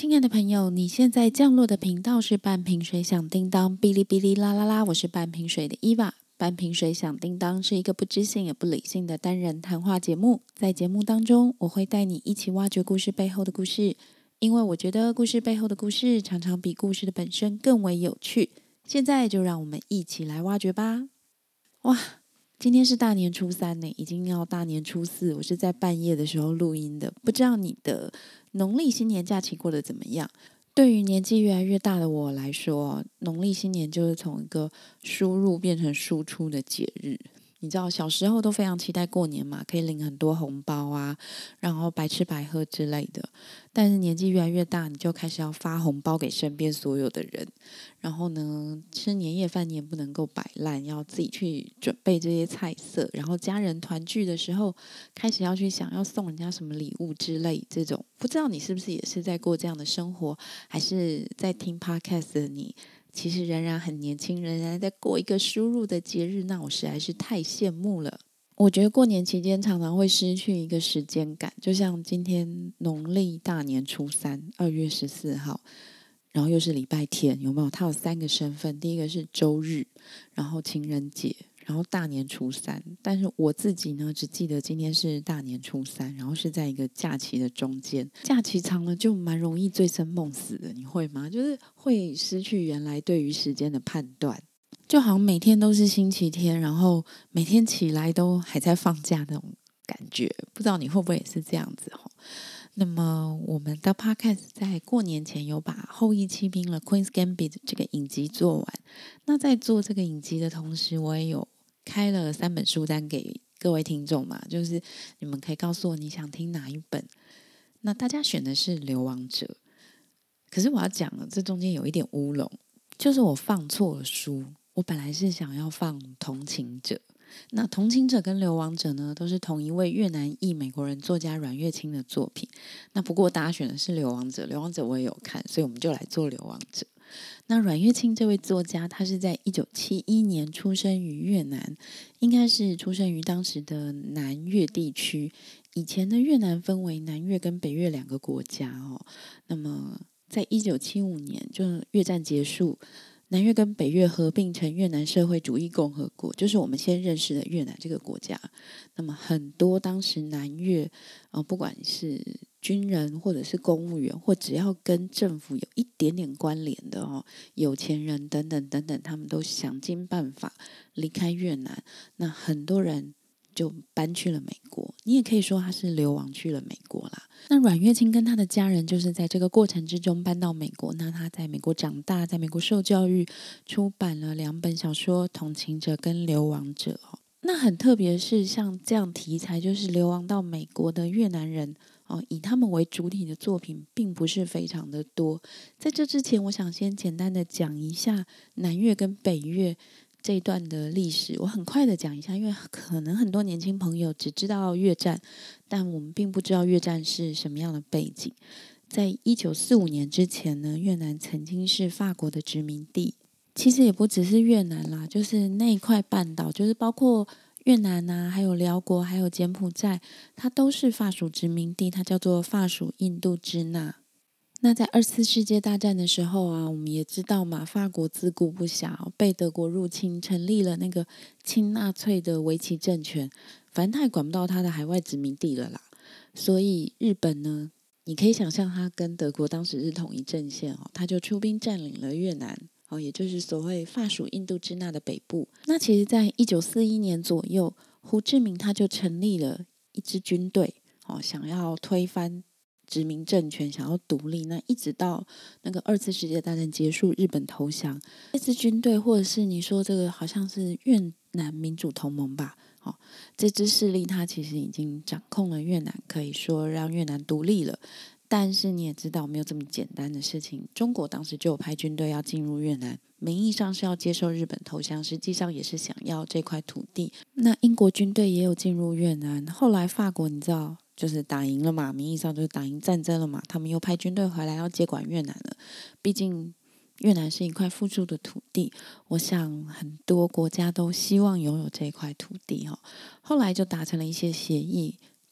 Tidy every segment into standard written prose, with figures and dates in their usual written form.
亲爱的朋友，你现在降落的频道是半瓶水响叮当，哔哩哔哩啦啦啦，我是半瓶水的伊娃。半瓶水响叮当是一个不知性也不理性的单人谈话节目，在节目当中，我会带你一起挖掘故事背后的故事，因为我觉得故事背后的故事常常比故事的本身更为有趣。现在就让我们一起来挖掘吧！哇，今天是大年初三呢，已经要大年初四，我是在半夜的时候录音的，不知道你的农历新年假期过得怎么样？对于年纪越来越大的我来说，农历新年就是从一个输入变成输出的节日。你知道小时候都非常期待过年嘛，可以领很多红包啊，然后白吃白喝之类的。但是年纪越来越大，你就开始要发红包给身边所有的人。然后呢，吃年夜饭你也不能够摆烂，要自己去准备这些菜色。然后家人团聚的时候，开始要去想要送人家什么礼物之类这种。不知道你是不是也是在过这样的生活，还是在听 podcast 的你其实仍然很年轻，仍然在过一个输入的节日，那我实在是太羡慕了。我觉得过年期间常常会失去一个时间感，就像今天农历大年初三，2月14号，然后又是礼拜天，有没有？它有3个身份，第一个是周日，然后情人节，然后大年初三。但是我自己呢，只记得今天是大年初三，然后是在一个假期的中间。假期长了就蛮容易醉生梦死的，你会吗？就是会失去原来对于时间的判断。就好像每天都是星期天，然后每天起来都还在放假那种感觉，不知道你会不会也是这样子。那么我们的 podcast 在过年前有把《后翼弃兵了 Queen's Gambit》这个影集做完。那在做这个影集的同时，我也有开了3本书单给各位听众嘛，就是你们可以告诉我你想听哪一本。那大家选的是《流亡者》，可是我要讲了，这中间有一点乌龙，就是我放错了书。我本来是想要放《同情者》，那《同情者》跟《流亡者》呢，都是同一位越南裔美国人作家阮越清的作品。那不过大家选的是《流亡者》，《流亡者》我也有看，所以我们就来做《流亡者》。那阮越清这位作家，他是在1971年出生于越南，应该是出生于当时的南越地区。以前的越南分为南越跟北越2个国家哦。那么在1975年，就越战结束，南越跟北越合并成越南社会主义共和国，就是我们先认识的越南这个国家。那么很多当时南越，不管是军人或者是公务员，或只要跟政府有一点点关联的有钱人等等等等，他们都想尽办法离开越南。那很多人就搬去了美国，你也可以说他是流亡去了美国啦。那阮越清跟他的家人就是在这个过程之中搬到美国，那他在美国长大，在美国受教育，出版了2本小说《同情者》跟《流亡者》那很特别的是，像这样题材就是流亡到美国的越南人以他们为主体的作品并不是非常的多。在这之前，我想先简单的讲一下南越跟北越这一段的历史，我很快的讲一下，因为可能很多年轻朋友只知道越战，但我们并不知道越战是什么样的背景。在1945年之前呢，越南曾经是法国的殖民地。其实也不只是越南啦，就是那一块半岛，就是包括越南啊，还有辽国，还有柬埔寨，它都是法属殖民地，它叫做法属印度支那。那在2次世界大战的时候啊，我们也知道嘛，法国自顾不暇，被德国入侵，成立了那个亲纳粹的维奇政权，反正他也管不到他的海外殖民地了啦。所以日本呢，你可以想象他跟德国当时是同一阵线他就出兵占领了越南。也就是所谓法属印度支那的北部。那其实在1941年左右，胡志明他就成立了一支军队，想要推翻殖民政权，想要独立。那一直到那个2次世界大战结束，日本投降，这支军队或者是你说这个好像是越南民主同盟吧，这支势力它其实已经掌控了越南，可以说让越南独立了。但是你也知道没有这么简单的事情，中国当时就有派军队要进入越南，名义上是要接受日本投降，实际上也是想要这块土地。那英国军队也有进入越南，后来法国你知道就是打赢了嘛，名义上就是打赢战争了嘛，他们又派军队回来要接管越南了。毕竟越南是一块富庶的土地，我想很多国家都希望拥有这块土地后来就达成了一些协议，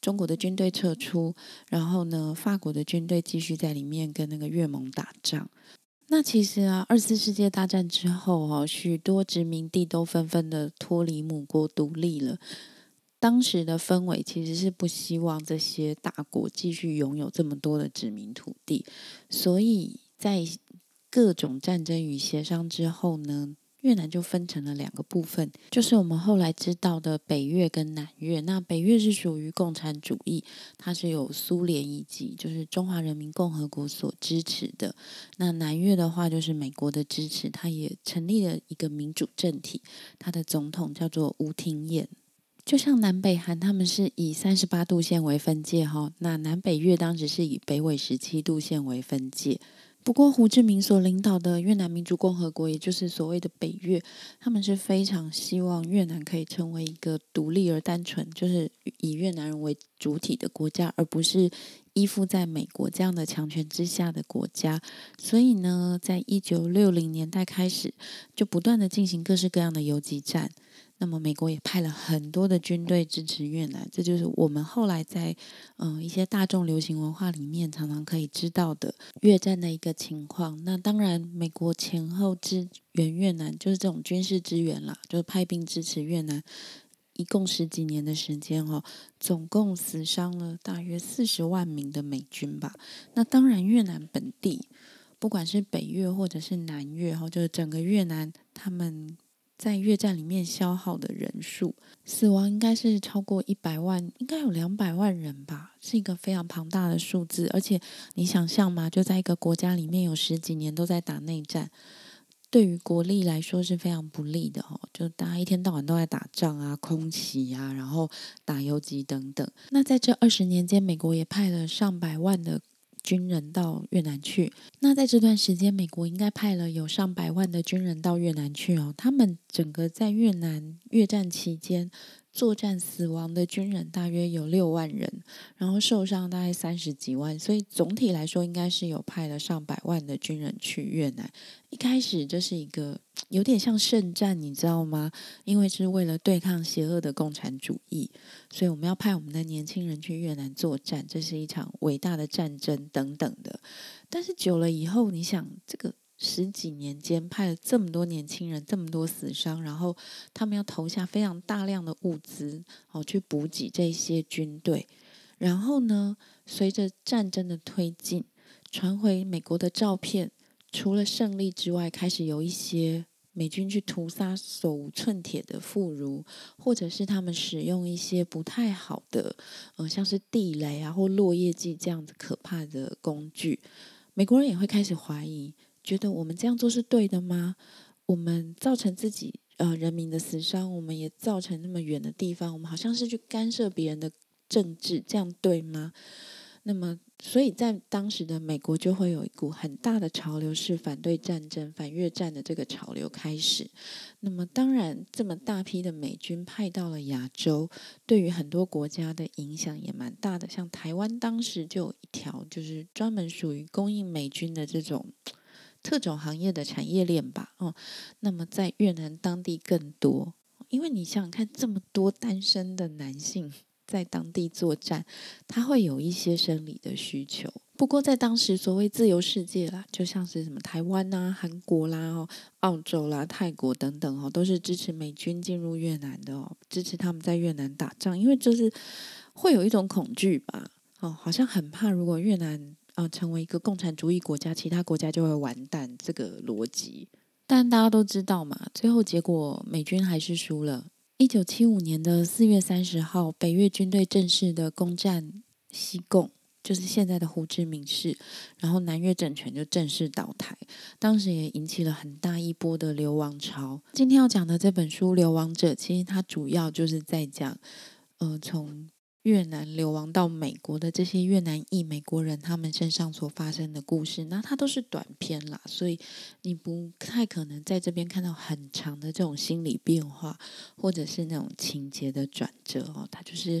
中国的军队撤出，然后呢，法国的军队继续在里面跟那个越盟打仗。那其实啊，二次世界大战之后许多殖民地都纷纷的脱离母国独立了。当时的氛围其实是不希望这些大国继续拥有这么多的殖民土地，所以在各种战争与协商之后呢，越南就分成了2个部分，就是我们后来知道的北越跟南越。那北越是属于共产主义，它是由苏联以及就是中华人民共和国所支持的。那南越的话就是美国的支持，它也成立了一个民主政体，它的总统叫做吴廷琰。就像南北韩他们是以38度线为分界那南北越当时是以北纬17度线为分界。不过胡志明所领导的越南民主共和国，也就是所谓的北越，他们是非常希望越南可以成为一个独立而单纯，就是以越南人为主体的国家，而不是依附在美国这样的强权之下的国家。所以呢，在1960年代开始，就不断的进行各式各样的游击战。那么美国也派了很多的军队支持越南，这就是我们后来在一些大众流行文化里面常常可以知道的越战的一个情况。那当然美国前后支援越南就是这种军事支援啦，就是派兵支持越南一共10几年的时间总共死伤了大约40万名的美军吧。那当然越南本地不管是北越或者是南越就是整个越南他们在越战里面消耗的人数，死亡应该是超过100万，应该有200万人吧，是一个非常庞大的数字。而且你想象嘛，就在一个国家里面有10几年都在打内战，对于国力来说是非常不利的就大家一天到晚都在打仗啊、空袭啊，然后打游击等等。那在这20年间，美国也派了上百万的军人到越南去。那在这段时间，美国应该派了有上百万的军人到越南去他们整个在越南越战期间作战死亡的军人大约有6万人，然后受伤大概30几万，所以总体来说应该是有派了上百万的军人去越南。一开始这是一个有点像圣战，你知道吗？因为是为了对抗邪恶的共产主义，所以我们要派我们的年轻人去越南作战，这是一场伟大的战争等等的。但是久了以后，你想这个10几年间派了这么多年轻人，这么多死伤，然后他们要投下非常大量的物资去补给这些军队。然后呢，随着战争的推进，传回美国的照片，除了胜利之外，开始有一些美军去屠杀手无寸铁的妇孺，或者是他们使用一些不太好的像是地雷啊或落叶剂这样子可怕的工具。美国人也会开始怀疑，觉得我们这样做是对的吗？我们造成自己人民的死伤，我们也造成那么远的地方，我们好像是去干涉别人的政治，这样对吗？那么所以在当时的美国就会有一股很大的潮流，是反对战争、反越战的这个潮流开始。那么当然这么大批的美军派到了亚洲，对于很多国家的影响也蛮大的。像台湾当时就有一条就是专门属于供应美军的这种特种行业的产业链吧那么在越南当地更多，因为你想想看，这么多单身的男性在当地作战，他会有一些生理的需求。不过在当时所谓自由世界啦，就像是什么台湾啊、韩国啦、澳洲啦、泰国等等都是支持美军进入越南的支持他们在越南打仗，因为就是会有一种恐惧吧好像很怕如果越南成为一个共产主义国家，其他国家就会完蛋这个逻辑。但大家都知道嘛，最后结果美军还是输了。1975年的4月30号，北越军队正式的攻占西贡，就是现在的胡志明市，然后南越政权就正式倒台。当时也引起了很大一波的流亡潮。今天要讲的这本书《流亡者》，其实它主要就是在讲从越南流亡到美国的这些越南裔美国人他们身上所发生的故事，那它都是短篇啦，所以你不太可能在这边看到很长的这种心理变化，或者是那种情节的转折它就是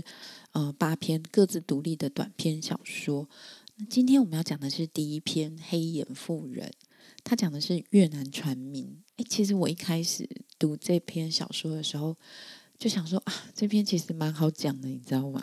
8篇各自独立的短篇小说。那今天我们要讲的是第一篇《黑眼妇人》，它讲的是越南船民。其实我一开始读这篇小说的时候就想说这篇其实蛮好讲的，你知道吗？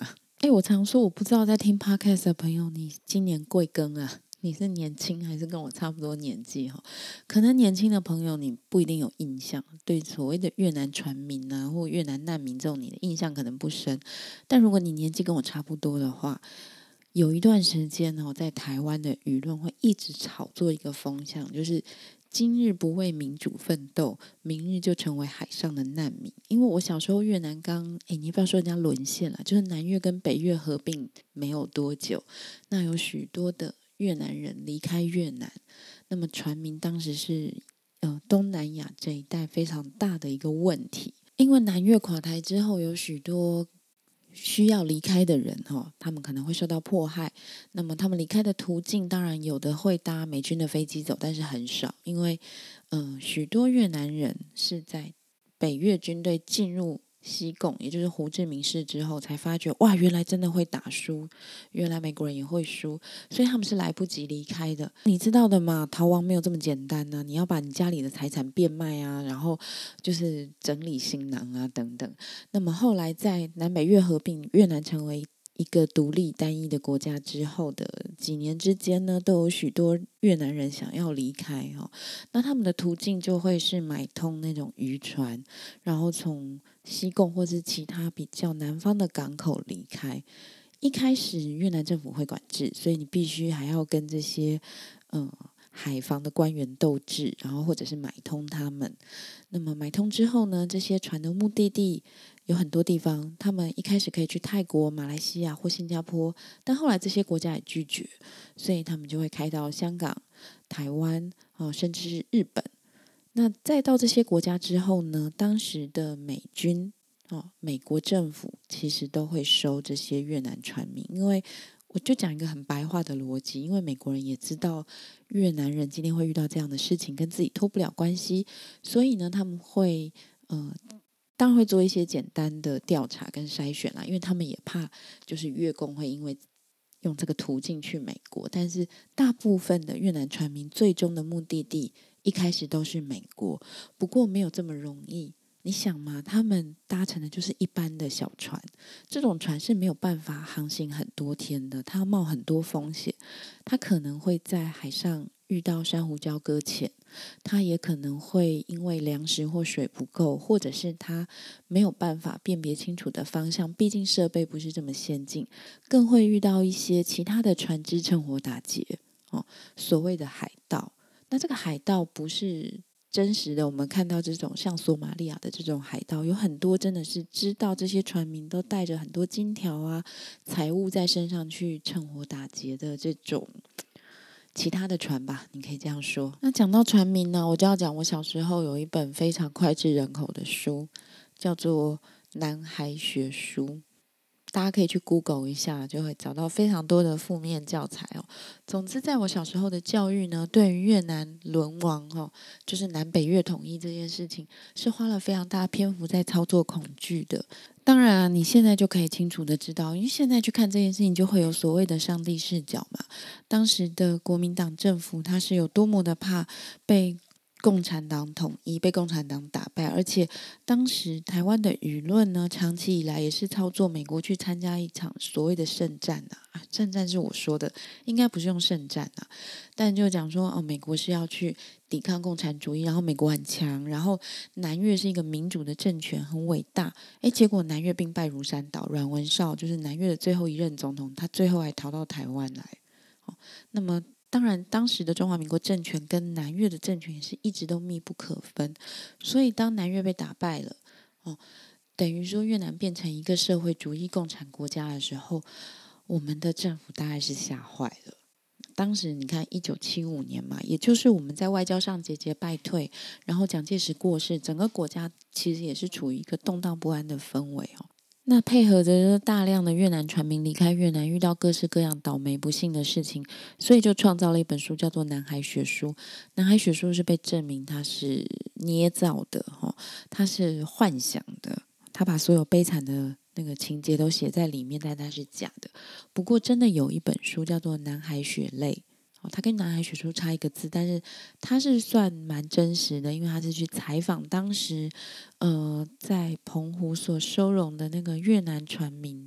我常说我不知道在听 podcast 的朋友，你今年贵庚啊？你是年轻还是跟我差不多年纪哈？可能年轻的朋友你不一定有印象，对所谓的越南船民啊或越南难民这种你的印象可能不深。但如果你年纪跟我差不多的话，有一段时间在台湾的舆论会一直炒作一个风向，就是今日不为民主奋斗，明日就成为海上的难民。因为我小时候越南你不要说人家沦陷了，就是南越跟北越合并没有多久，那有许多的越南人离开越南，那么船民当时是东南亚这一带非常大的一个问题，因为南越垮台之后，有许多需要离开的人他们可能会受到迫害。那么他们离开的途径，当然有的会搭美军的飞机走，但是很少，因为许多越南人是在北越军队进入西贡，也就是胡志明市之后，才发觉哇，原来真的会打输，原来美国人也会输，所以他们是来不及离开的。你知道的嘛，逃亡没有这么简单呢，你要把你家里的财产变卖啊，然后就是整理行囊啊等等。那么后来在南北越合并，越南成为一个独立单一的国家之后的几年之间呢，都有许多越南人想要离开那他们的途径就会是买通那种渔船，然后从西贡或是其他比较南方的港口离开。一开始越南政府会管制，所以你必须还要跟这些海防的官员斗智，然后或者是买通他们。那么买通之后呢，这些船的目的地有很多地方，他们一开始可以去泰国、马来西亚或新加坡，但后来这些国家也拒绝，所以他们就会开到香港、台湾甚至是日本。那再到这些国家之后呢，当时的美军美国政府其实都会收这些越南船民，因为我就讲一个很白话的逻辑，因为美国人也知道越南人今天会遇到这样的事情，跟自己脱不了关系，所以呢，他们会当然会做一些简单的调查跟筛选啦，因为他们也怕就是越共会因为用这个途径去美国，但是大部分的越南船民最终的目的地一开始都是美国，不过没有这么容易。你想嘛，他们搭乘的就是一般的小船，这种船是没有办法航行很多天的，它要冒很多风险，它可能会在海上遇到珊瑚礁搁浅，它也可能会因为粮食或水不够，或者是它没有办法辨别清楚的方向，毕竟设备不是这么先进，更会遇到一些其他的船只趁火打劫所谓的海盗。那这个海盗不是真实的，我们看到这种像索马利亚的这种海盗，有很多真的是知道这些船民都带着很多金条啊、财物在身上去趁火打劫的这种其他的船吧，你可以这样说。那讲到船民呢，我就要讲我小时候有一本非常脍炙人口的书，叫做《南海学书》。大家可以去 Google 一下，就会找到非常多的负面教材总之，在我小时候的教育呢，对于越南沦亡就是南北越统一这件事情，是花了非常大篇幅在操作恐惧的。当然啊，你现在就可以清楚的知道，因为现在去看这件事情，就会有所谓的上帝视角嘛。当时的国民党政府，他是有多么的怕被共产党统一，被共产党打败，而且当时台湾的舆论呢，长期以来也是操作美国去参加一场所谓的圣战圣战是我说的，应该不是用圣战但就讲说美国是要去抵抗共产主义，然后美国很强，然后南越是一个民主的政权，很伟大。结果南越兵败如山倒，阮文绍就是南越的最后一任总统，他最后还逃到台湾来。那么当然，当时的中华民国政权跟南越的政权也是一直都密不可分，所以当南越被打败了，等于说越南变成一个社会主义共产国家的时候，我们的政府大概是吓坏了。当时你看1975年嘛，也就是我们在外交上节节败退，然后蒋介石过世，整个国家其实也是处于一个动荡不安的氛围那配合着大量的越南船民离开越南，遇到各式各样倒霉不幸的事情，所以就创造了一本书，叫做《南海学书》。南海学书是被证明它是捏造的它是幻想的，它把所有悲惨的那个情节都写在里面，但它是假的。不过真的有一本书叫做《南海血泪》。它跟南海学书差一个字，但是它是算蛮真实的，因为它是去采访当时在澎湖所收容的那个越南船民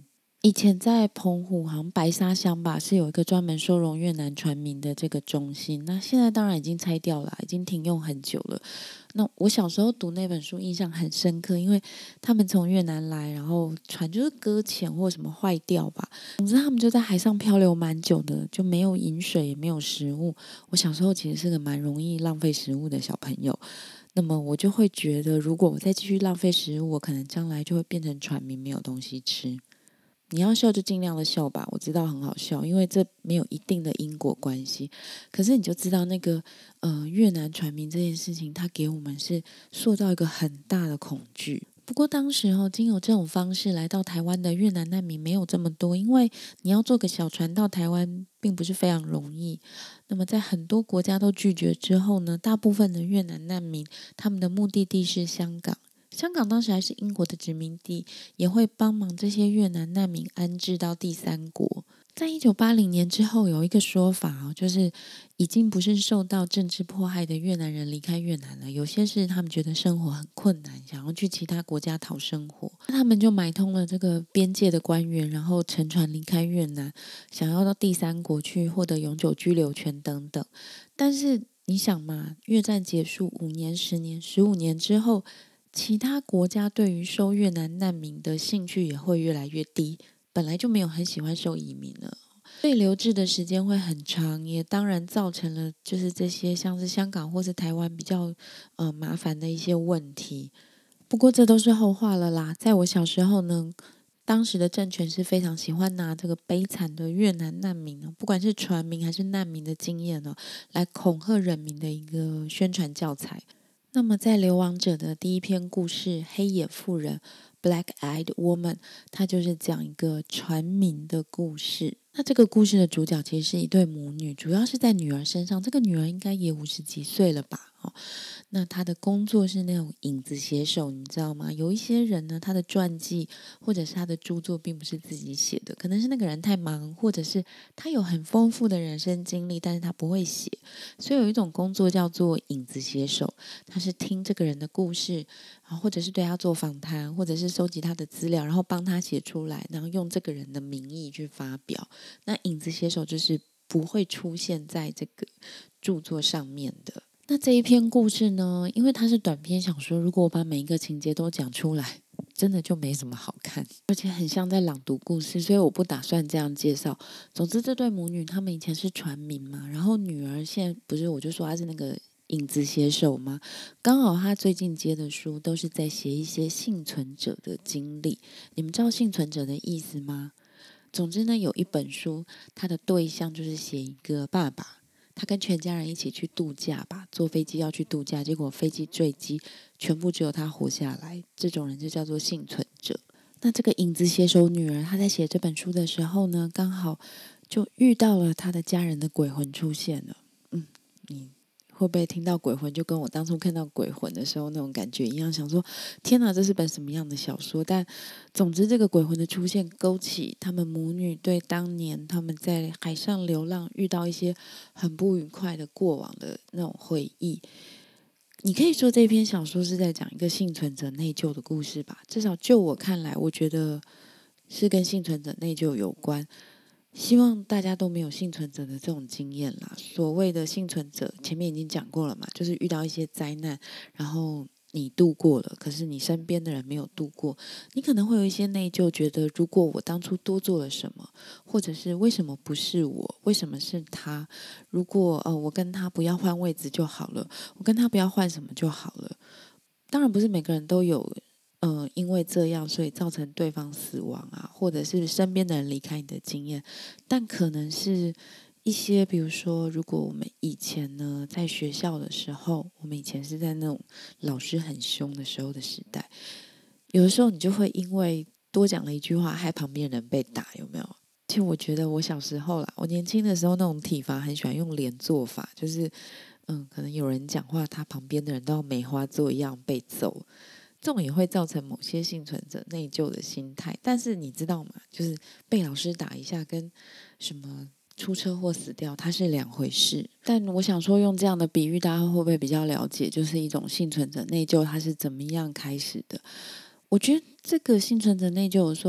以前在澎湖好像白沙乡吧，是有一个专门收容越南船民的这个中心。那现在当然已经拆掉了，已经停用很久了。那我小时候读那本书印象很深刻，因为他们从越南来，然后船就是搁浅或什么坏掉吧，总之他们就在海上漂流蛮久的，就没有饮水也没有食物。我小时候其实是个蛮容易浪费食物的小朋友，那么我就会觉得，如果我再继续浪费食物，我可能将来就会变成船民，没有东西吃。你要笑就尽量的笑吧，我知道很好笑，因为这没有一定的因果关系。可是你就知道那个越南船民这件事情，它给我们是塑造一个很大的恐惧。不过当时经由这种方式来到台湾的越南难民没有这么多，因为你要坐个小船到台湾并不是非常容易。那么在很多国家都拒绝之后呢，大部分的越南难民他们的目的地是香港。香港当时还是英国的殖民地，也会帮忙这些越南难民安置到第三国。在1980年之后，有一个说法就是已经不是受到政治迫害的越南人离开越南了，有些是他们觉得生活很困难，想要去其他国家讨生活，他们就买通了这个边界的官员，然后乘船离开越南，想要到第三国去获得永久居留权等等。但是你想嘛，越战结束5年、10年、15年之后，其他国家对于收越南难民的兴趣也会越来越低，本来就没有很喜欢收移民了，所以留置的时间会很长，也当然造成了就是这些像是香港或是台湾比较麻烦的一些问题。不过这都是后话了啦。在我小时候呢，当时的政权是非常喜欢拿这个悲惨的越南难民不管是船民还是难民的经验来恐吓人民的一个宣传教材。那么在流亡者的第一篇故事《黑眼妇人》（Black-Eyed Woman）， 它就是讲一个船民的故事。那这个故事的主角其实是一对母女，主要是在女儿身上。这个女儿应该也50几岁了吧？那她的工作是那种影子写手，你知道吗？有一些人呢，他的传记或者是他的著作并不是自己写的，可能是那个人太忙，或者是他有很丰富的人生经历，但是他不会写。所以有一种工作叫做影子写手，他是听这个人的故事，或者是对他做访谈，或者是收集他的资料，然后帮他写出来，然后用这个人的名义去发表。那影子写手就是不会出现在这个著作上面的。那这一篇故事呢，因为它是短篇小说，如果我把每一个情节都讲出来，真的就没什么好看，而且很像在朗读故事，所以我不打算这样介绍。总之，这对母女她们以前是船民嘛，然后女儿现在不是，我就说她是那个影子写手嘛，刚好她最近接的书都是在写一些幸存者的经历。你们知道幸存者的意思吗？总之呢，有一本书，它的对象就是写一个爸爸。他跟全家人一起去度假吧，坐飞机要去度假，结果飞机坠机，全部只有他活下来。这种人就叫做幸存者。那这个影子写手女儿，她在写这本书的时候呢，刚好就遇到了她的家人的鬼魂出现了。你会不会听到鬼魂就跟我当初看到鬼魂的时候那种感觉一样，想说天哪，这是本什么样的小说？但总之这个鬼魂的出现勾起他们母女对当年他们在海上流浪遇到一些很不愉快的过往的那种回忆。你可以说这篇小说是在讲一个幸存者内疚的故事吧，至少就我看来，我觉得是跟幸存者内疚有关。希望大家都没有幸存者的这种经验啦。所谓的幸存者，前面已经讲过了嘛，就是遇到一些灾难，然后你度过了，可是你身边的人没有度过，你可能会有一些内疚，觉得如果我当初多做了什么，或者是为什么不是我，为什么是他？如果我跟他不要换位置就好了，我跟他不要换什么就好了。当然不是每个人都有因为这样所以造成对方死亡啊，或者是身边的人离开你的经验，但可能是一些比如说，如果我们以前呢在学校的时候，我们以前是在那种老师很凶的时候的时代，有的时候你就会因为多讲了一句话害旁边人被打，有没有？其实我觉得我小时候啦，我年轻的时候那种体罚很喜欢用连坐法，就是可能有人讲话，他旁边的人都要梅花座一样被揍。这种也会造成某些幸存者内疚的心态，但是你知道吗？就是被老师打一下跟什么出车祸死掉，它是两回事。但我想说，用这样的比喻，大家会不会比较了解？就是一种幸存者内疚，它是怎么样开始的？我觉得这个幸存者内疚有时候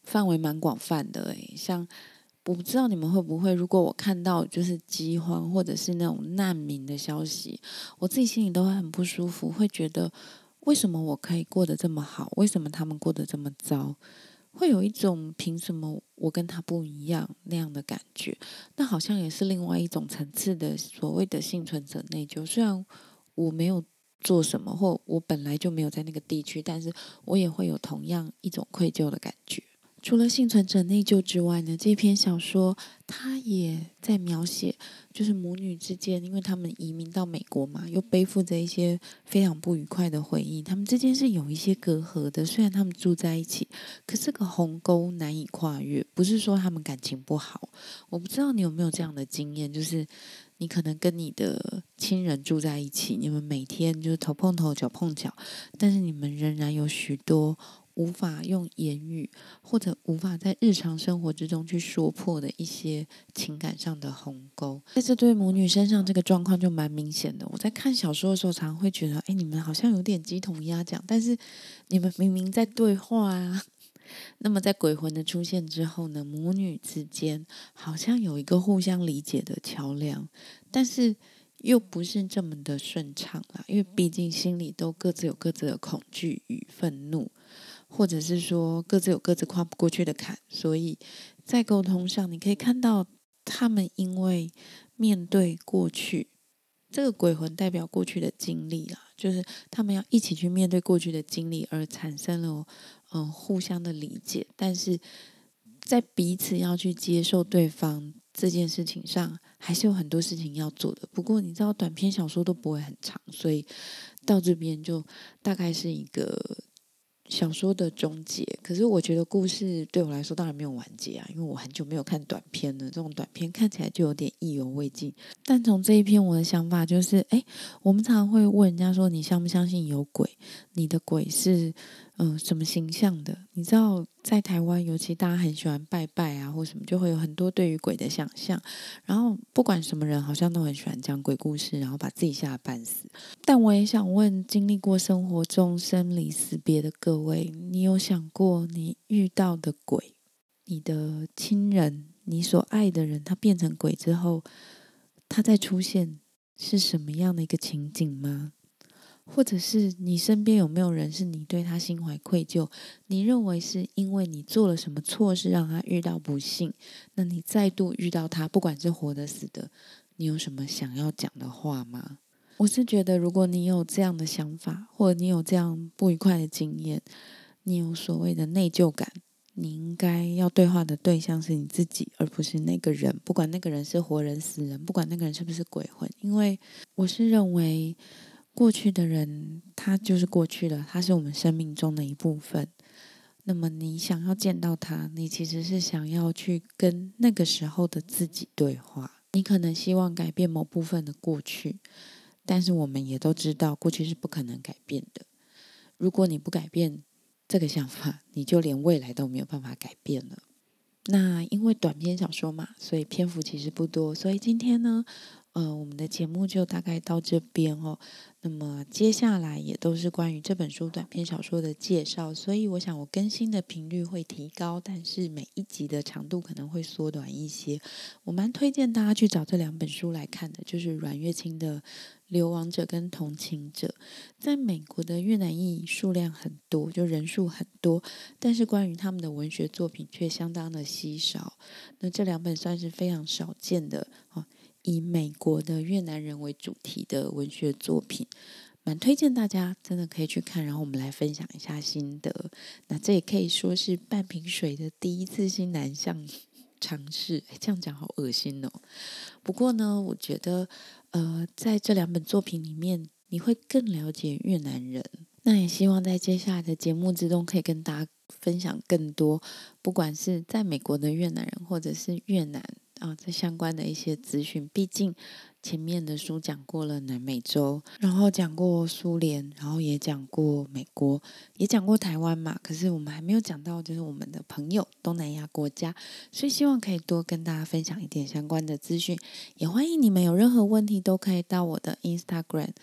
范围蛮广泛的像我不知道你们会不会，如果我看到就是饥荒或者是那种难民的消息，我自己心里都会很不舒服，会觉得为什么我可以过得这么好，为什么他们过得这么糟，会有一种凭什么我跟他不一样那样的感觉。那好像也是另外一种层次的所谓的幸存者内疚，虽然我没有做什么，或我本来就没有在那个地区，但是我也会有同样一种愧疚的感觉。除了幸存者内疚之外呢，这篇小说它也在描写，就是母女之间，因为他们移民到美国嘛，又背负着一些非常不愉快的回忆，他们之间是有一些隔阂的。虽然他们住在一起，可是个鸿沟难以跨越。不是说他们感情不好，我不知道你有没有这样的经验，就是你可能跟你的亲人住在一起，你们每天就是头碰头脚碰脚，但是你们仍然有许多无法用言语或者无法在日常生活之中去说破的一些情感上的鸿沟。在这对母女身上，这个状况就蛮明显的。我在看小说的时候，常常会觉得，你们好像有点鸡同鸭讲，但是你们明明在对话啊。那么在鬼魂的出现之后呢，母女之间好像有一个互相理解的桥梁，但是又不是这么的顺畅啦，因为毕竟心里都各自有各自的恐惧与愤怒，或者是说各自有各自跨不过去的坎，所以在沟通上你可以看到他们因为面对过去，这个鬼魂代表过去的经历啦，就是他们要一起去面对过去的经历，而产生了互相的理解，但是在彼此要去接受对方这件事情上，还是有很多事情要做的。不过你知道，短篇小说都不会很长，所以到这边就大概是一个小说的终结。可是我觉得故事对我来说当然没有完结啊，因为我很久没有看短篇了，这种短篇看起来就有点意犹未尽。但从这一篇我的想法就是，我们常常会问人家说你相不相信有鬼？你的鬼是什么形象的？你知道在台湾，尤其大家很喜欢拜拜啊，或什么，就会有很多对于鬼的想象。然后不管什么人，好像都很喜欢讲鬼故事，然后把自己吓得半死。但我也想问，经历过生活中生离死别的各位，你有想过你遇到的鬼，你的亲人，你所爱的人，他变成鬼之后，他再出现是什么样的一个情景吗？或者是你身边有没有人是你对他心怀愧疚，你认为是因为你做了什么错事让他遇到不幸，那你再度遇到他，不管是活的死的，你有什么想要讲的话吗？我是觉得如果你有这样的想法，或者你有这样不愉快的经验，你有所谓的内疚感，你应该要对话的对象是你自己，而不是那个人，不管那个人是活人死人，不管那个人是不是鬼魂。因为我是认为过去的人他就是过去了，他是我们生命中的一部分。那么你想要见到他，你其实是想要去跟那个时候的自己对话。你可能希望改变某部分的过去，但是我们也都知道过去是不可能改变的。如果你不改变这个想法，你就连未来都没有办法改变了。那因为短篇小说嘛，所以篇幅其实不多，所以今天呢我们的节目就大概到这边哦。那么接下来也都是关于这本书短篇小说的介绍，所以我想我更新的频率会提高，但是每一集的长度可能会缩短一些。我蛮推荐大家去找这两本书来看的，就是阮月清的《流亡者》跟《同情者》。在美国的越南裔数量很多，就人数很多，但是关于他们的文学作品却相当的稀少。那这两本算是非常少见的以美国的越南人为主题的文学作品，蛮推荐大家真的可以去看，然后我们来分享一下心得。那这也可以说是半瓶水的第一次新南向尝试，这样讲好恶心哦。不过呢，我觉得在这两本作品里面，你会更了解越南人。那也希望在接下来的节目之中，可以跟大家分享更多，不管是在美国的越南人，或者是越南这相关的一些资讯。毕竟前面的书讲过了南美洲，然后讲过苏联，然后也讲过美国，也讲过台湾嘛。可是我们还没有讲到就是我们的朋友东南亚国家，所以希望可以多跟大家分享一点相关的资讯。也欢迎你们有任何问题都可以到我的 Instagram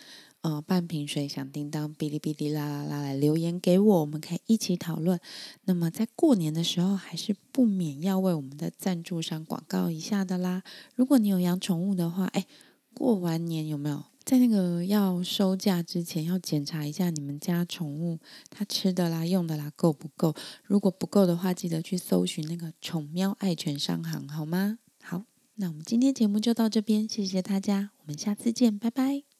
半瓶水响叮当哔哩哔哩啦啦啦来留言给我，我们可以一起讨论。那么在过年的时候，还是不免要为我们的赞助商广告一下的啦。如果你有养宠物的话，过完年有没有在那个要收假之前，要检查一下你们家宠物它吃的啦、用的啦够不够？如果不够的话，记得去搜寻那个宠喵爱犬商行，好吗？好，那我们今天节目就到这边，谢谢大家，我们下次见，拜拜。